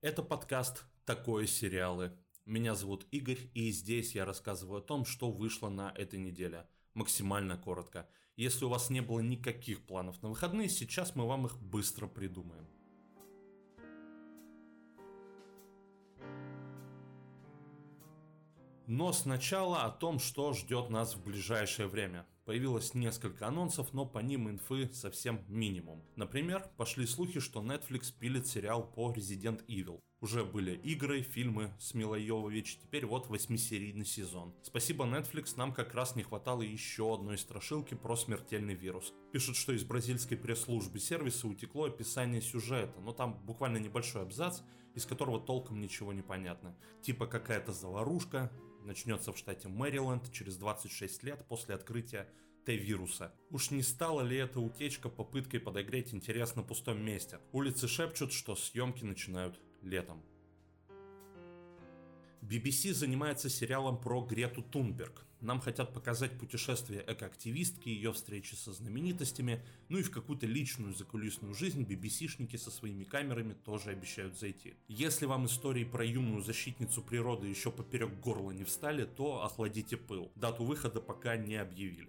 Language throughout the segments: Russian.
Это подкаст «Такое сериалы». Меня зовут Игорь, и здесь я рассказываю о том, что вышло на этой неделе. Максимально коротко. Если у вас не было никаких планов на выходные, сейчас мы вам их быстро придумаем. Но сначала о том, что ждет нас в ближайшее время. Появилось несколько анонсов, но по ним инфы совсем минимум. Например, пошли слухи, что Netflix пилит сериал по Resident Evil. Уже были игры, фильмы с Милой Йовович, теперь вот 8-серийный сезон. Спасибо Netflix, нам как раз не хватало еще одной страшилки про смертельный вирус. Пишут, что из бразильской пресс-службы сервиса утекло описание сюжета, но там буквально небольшой абзац, из которого толком ничего не понятно. Типа какая-то заварушка начнется в штате Мэриленд через 26 лет после открытия Т-вируса. Уж не стала ли эта утечка попыткой подогреть интерес на пустом месте? Улицы шепчут, что съемки начинают летом. BBC занимается сериалом про Грету Тунберг. Нам хотят показать путешествие экоактивистки, ее встречи со знаменитостями, ну и в какую-то личную закулисную жизнь BBC-шники со своими камерами тоже обещают зайти. Если вам истории про юную защитницу природы еще поперек горла не встали, то охладите пыл. Дату выхода пока не объявили.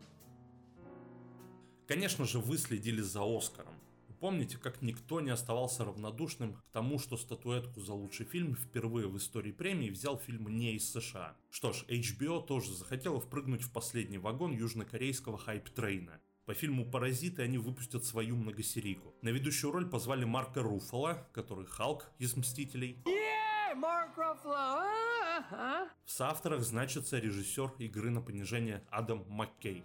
Конечно же, вы следили за Оскаром. Помните, как никто не оставался равнодушным к тому, что статуэтку за лучший фильм впервые в истории премии взял фильм не из США. Что ж, HBO тоже захотела впрыгнуть в последний вагон южнокорейского хайп-трейна. По фильму «Паразиты» они выпустят свою многосерийку. На ведущую роль позвали Марка Руффало, который Халк из «Мстителей». Марк Руффало! В соавторах значится режиссер «Игры на понижение» Адам Маккей.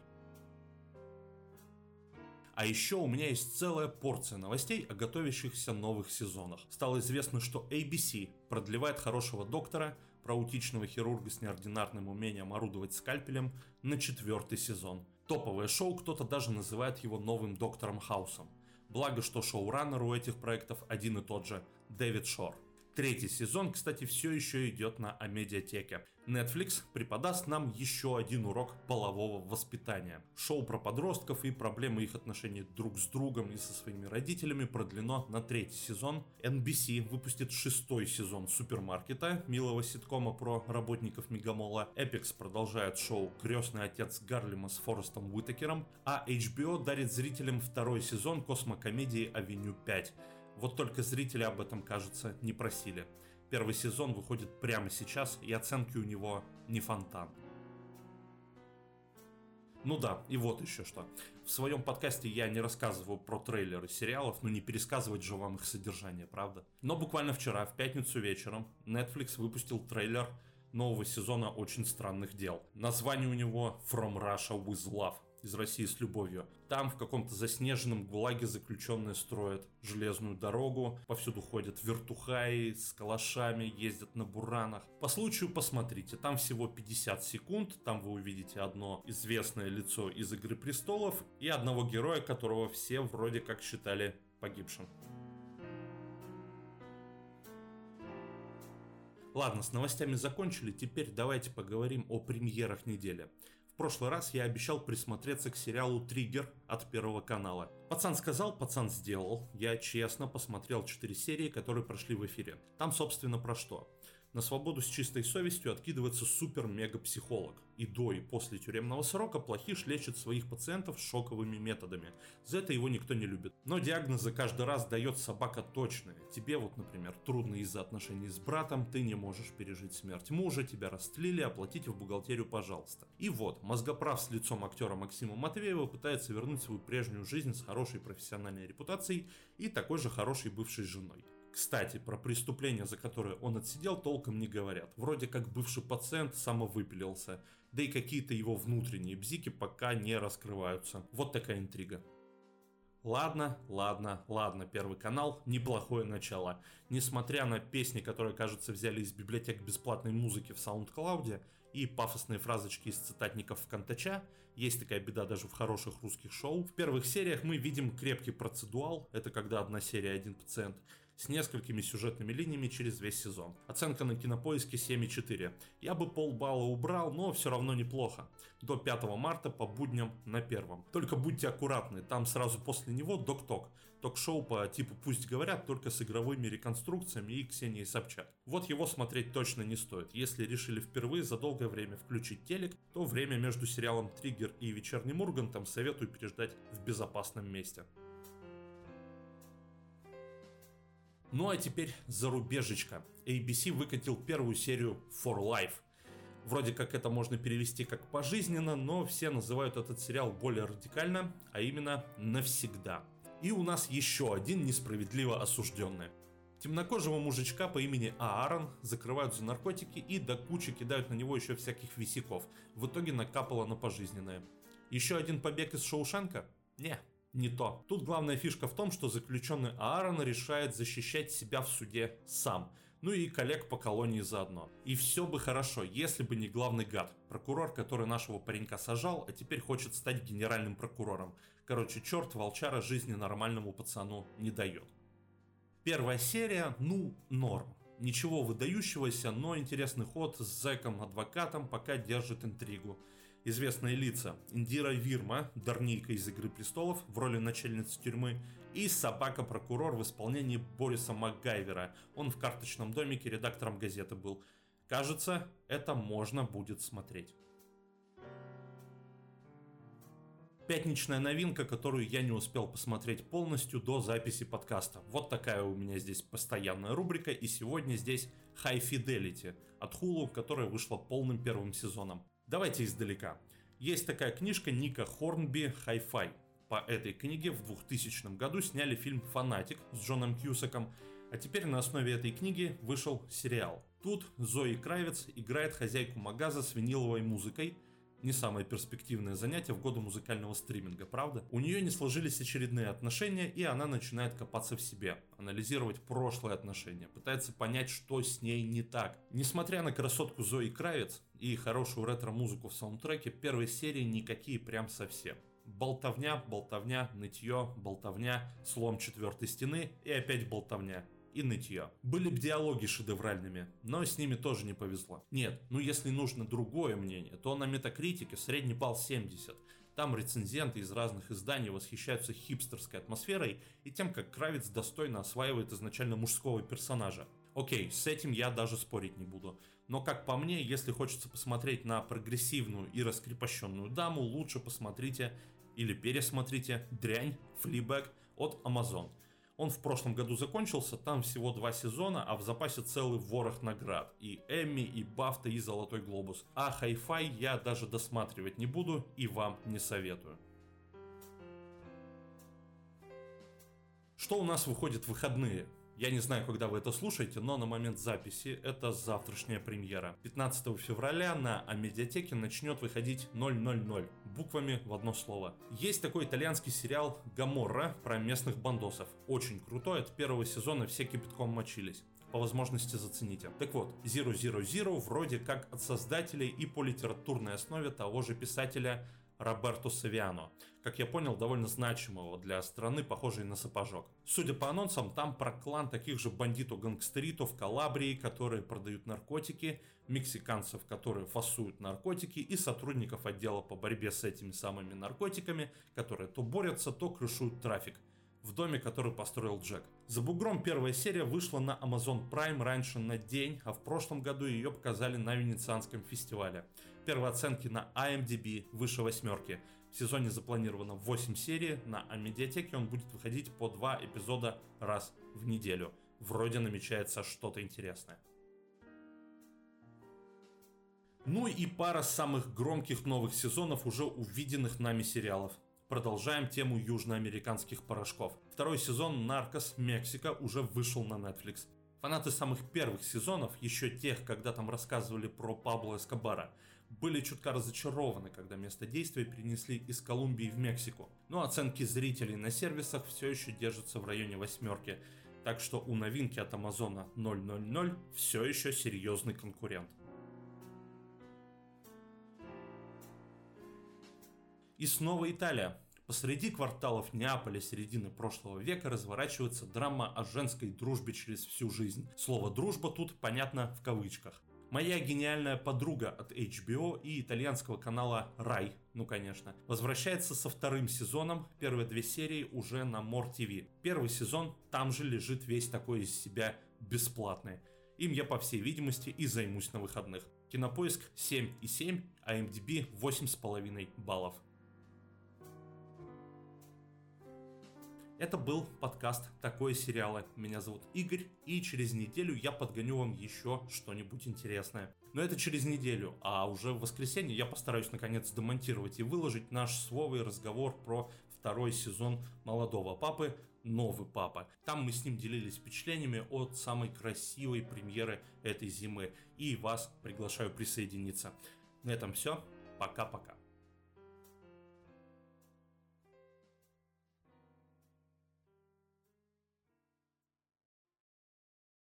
А еще у меня есть целая порция новостей о готовящихся новых сезонах. Стало известно, что ABC продлевает «Хорошего доктора», про аутичного хирурга с неординарным умением орудовать скальпелем, на 4-й сезон. Топовое шоу, кто-то даже называет его новым Доктором Хаусом. Благо, что шоураннер у этих проектов один и тот же – Дэвид Шор. 3-й сезон, кстати, все еще идет на Амедиатеке. Netflix преподаст нам еще один урок полового воспитания. Шоу про подростков и проблемы их отношений друг с другом и со своими родителями продлено на 3-й сезон. NBC выпустит 6-й сезон Супермаркета, милого ситкома про работников Мегамола. Epix продолжает шоу «Крестный отец Гарлема» с Форестом Уитакером, а HBO дарит зрителям 2-й сезон космокомедии «Авеню 5». Вот только зрители об этом, кажется, не просили. 1-й сезон выходит прямо сейчас, и оценки у него не фонтан. Ну да, и вот еще что. В своем подкасте я не рассказываю про трейлеры сериалов, но не пересказывать же вам их содержание, правда? Но буквально вчера, в пятницу вечером, Netflix выпустил трейлер нового сезона «Очень странных дел». Название у него «From Russia with Love». Из России с любовью. Там в каком-то заснеженном ГУЛАГе заключенные строят железную дорогу, повсюду ходят вертухаи с калашами, ездят на буранах. По случаю посмотрите, там всего 50 секунд, там вы увидите одно известное лицо из «Игры престолов» и одного героя, которого все вроде как считали погибшим. Ладно, с новостями закончили, теперь давайте поговорим о премьерах недели. В прошлый раз я обещал присмотреться к сериалу «Триггер» от Первого канала. Пацан сказал, пацан сделал. Я честно посмотрел 4 серии, которые прошли в эфире. Там, собственно, про что? На свободу с чистой совестью откидывается супер-мега-психолог. И до, и после тюремного срока плохиш лечит своих пациентов шоковыми методами. За это его никто не любит. Но диагнозы каждый раз дает собака точные. Тебе вот, например, трудно из-за отношений с братом, ты не можешь пережить смерть мужа, тебя растлили, оплатите в бухгалтерию, пожалуйста. И вот, мозгоправ с лицом актера Максима Матвеева пытается вернуть свою прежнюю жизнь с хорошей профессиональной репутацией и такой же хорошей бывшей женой. Кстати, про преступление, за которое он отсидел, толком не говорят. Вроде как бывший пациент самовыпилился, да и какие-то его внутренние бзики пока не раскрываются. Вот такая интрига. Ладно, Первый канал, неплохое начало. Несмотря на песни, которые, кажется, взяли из библиотек бесплатной музыки в SoundCloud и пафосные фразочки из цитатников ВКонтача, есть такая беда даже в хороших русских шоу. В первых сериях мы видим крепкий процедуал, это когда одна серия, один пациент, с несколькими сюжетными линиями через весь сезон. Оценка на Кинопоиске 7,4. Я бы полбалла убрал, но все равно неплохо. До 5 марта по будням на первом. Только будьте аккуратны, там сразу после него Док-Ток. Ток-шоу по типу «Пусть говорят», только с игровыми реконструкциями и Ксенией Собчак. Вот его смотреть точно не стоит. Если решили впервые за долгое время включить телек, то время между сериалом «Триггер» и «Вечерним Ургантом» советую переждать в безопасном месте. Ну а теперь зарубежечка. ABC выкатил первую серию For Life. Вроде как это можно перевести как пожизненно, но все называют этот сериал более радикально, а именно навсегда. И у нас еще один несправедливо осужденный. Темнокожего мужичка по имени Аарон закрывают за наркотики и до кучи кидают на него еще всяких висяков. В итоге накапало на пожизненное. Еще один побег из Шоушенка? Не то. Тут главная фишка в том, что заключенный Аарон решает защищать себя в суде сам. Ну и коллег по колонии заодно. И все бы хорошо, если бы не главный гад. Прокурор, который нашего паренька сажал, а теперь хочет стать генеральным прокурором. Короче, черт волчара жизни нормальному пацану не дает. Первая серия, норм. Ничего выдающегося, но интересный ход с зэком-адвокатом пока держит интригу. Известные лица: Индира Вирма, Дарнийка из «Игры престолов» в роли начальницы тюрьмы, и собака-прокурор в исполнении Бориса Макгайвера. Он в «Карточном домике» редактором газеты был. Кажется, это можно будет смотреть. Пятничная новинка, которую я не успел посмотреть полностью до записи подкаста. Вот такая у меня здесь постоянная рубрика, и сегодня здесь High Fidelity от Hulu, которая вышла полным первым сезоном. Давайте издалека. Есть такая книжка Ника Хорнби «Hi-Fi». По этой книге в 2000 году сняли фильм «Фанатик» с Джоном Кьюсаком, а теперь на основе этой книги вышел сериал. Тут Зои Кравиц играет хозяйку магаза с виниловой музыкой. Не самое перспективное занятие в годы музыкального стриминга, правда? У нее не сложились очередные отношения, и она начинает копаться в себе, анализировать прошлые отношения, пытается понять, что с ней не так. Несмотря на красотку Зои Кравиц и хорошую ретро-музыку в саундтреке, первой серии никакие прям совсем. Болтовня, нытье, болтовня, слом четвертой стены и опять болтовня. И нытье. Были бы диалоги шедевральными, но с ними тоже не повезло. Нет, если нужно другое мнение, то на Метакритике средний балл 70. Там рецензенты из разных изданий восхищаются хипстерской атмосферой и тем, как Кравиц достойно осваивает изначально мужского персонажа. Окей, с этим я даже спорить не буду. Но как по мне, если хочется посмотреть на прогрессивную и раскрепощенную даму, лучше посмотрите или пересмотрите «Дрянь», «Флибэг» от Amazon. Он в прошлом году закончился, там всего 2 сезона, а в запасе целый ворох наград. И Эмми, и Бафта, и Золотой Глобус. А Hi-Fi я даже досматривать не буду и вам не советую. Что у нас выходит в выходные? Я не знаю, когда вы это слушаете, но на момент записи это завтрашняя премьера. 15 февраля на Амедиатеке начнет выходить 000, буквами в одно слово. Есть такой итальянский сериал «Гоморра» про местных бандосов. Очень крутой, от первого сезона все кипятком мочились. По возможности зацените. Так вот, Zero вроде как от создателей и по литературной основе того же писателя Роберто Савиано. Как я понял, довольно значимого для страны, похожей на сапожок. Судя по анонсам, там про клан таких же бандитов-гангстеритов в Калабрии, которые продают наркотики, мексиканцев, которые фасуют наркотики, и сотрудников отдела по борьбе с этими самыми наркотиками, которые то борются, то крышуют трафик. В доме, который построил Джек. «За бугром» первая серия вышла на Amazon Prime раньше на день, а в прошлом году ее показали на Венецианском фестивале. Первые оценки на IMDb выше 8. В сезоне запланировано 8 серий, на Амедиатеке он будет выходить по 2 эпизода раз в неделю. Вроде намечается что-то интересное. Ну и пара самых громких новых сезонов уже увиденных нами сериалов. Продолжаем тему южноамериканских порошков. Второй сезон «Наркос. Мексика» уже вышел на Netflix. Фанаты самых первых сезонов, еще тех, когда там рассказывали про Пабло Эскобара, были чутка разочарованы, когда место действия перенесли из Колумбии в Мексику. Но оценки зрителей на сервисах все еще держатся в районе 8. Так что у новинки от Амазона 000 все еще серьезный конкурент. И снова Италия. По Посреди кварталов Неаполя середины прошлого века разворачивается драма о женской дружбе через всю жизнь. Слово «дружба» тут понятно в кавычках. Моя гениальная подруга от HBO и итальянского канала Rai, ну конечно, возвращается со вторым сезоном, первые 2 серии уже на More TV. Первый сезон там же лежит весь такой из себя бесплатный. Им я, по всей видимости, и займусь на выходных. Кинопоиск 7,7, а IMDb 8,5 баллов. Это был подкаст «Такое сериалы». Меня зовут Игорь, и через неделю я подгоню вам еще что-нибудь интересное. Но это через неделю, а уже в воскресенье я постараюсь наконец демонтировать и выложить наш словый разговор про второй сезон «Молодого папы. Новый папа». Там мы с ним делились впечатлениями от самой красивой премьеры этой зимы. И вас приглашаю присоединиться. На этом все. Пока-пока.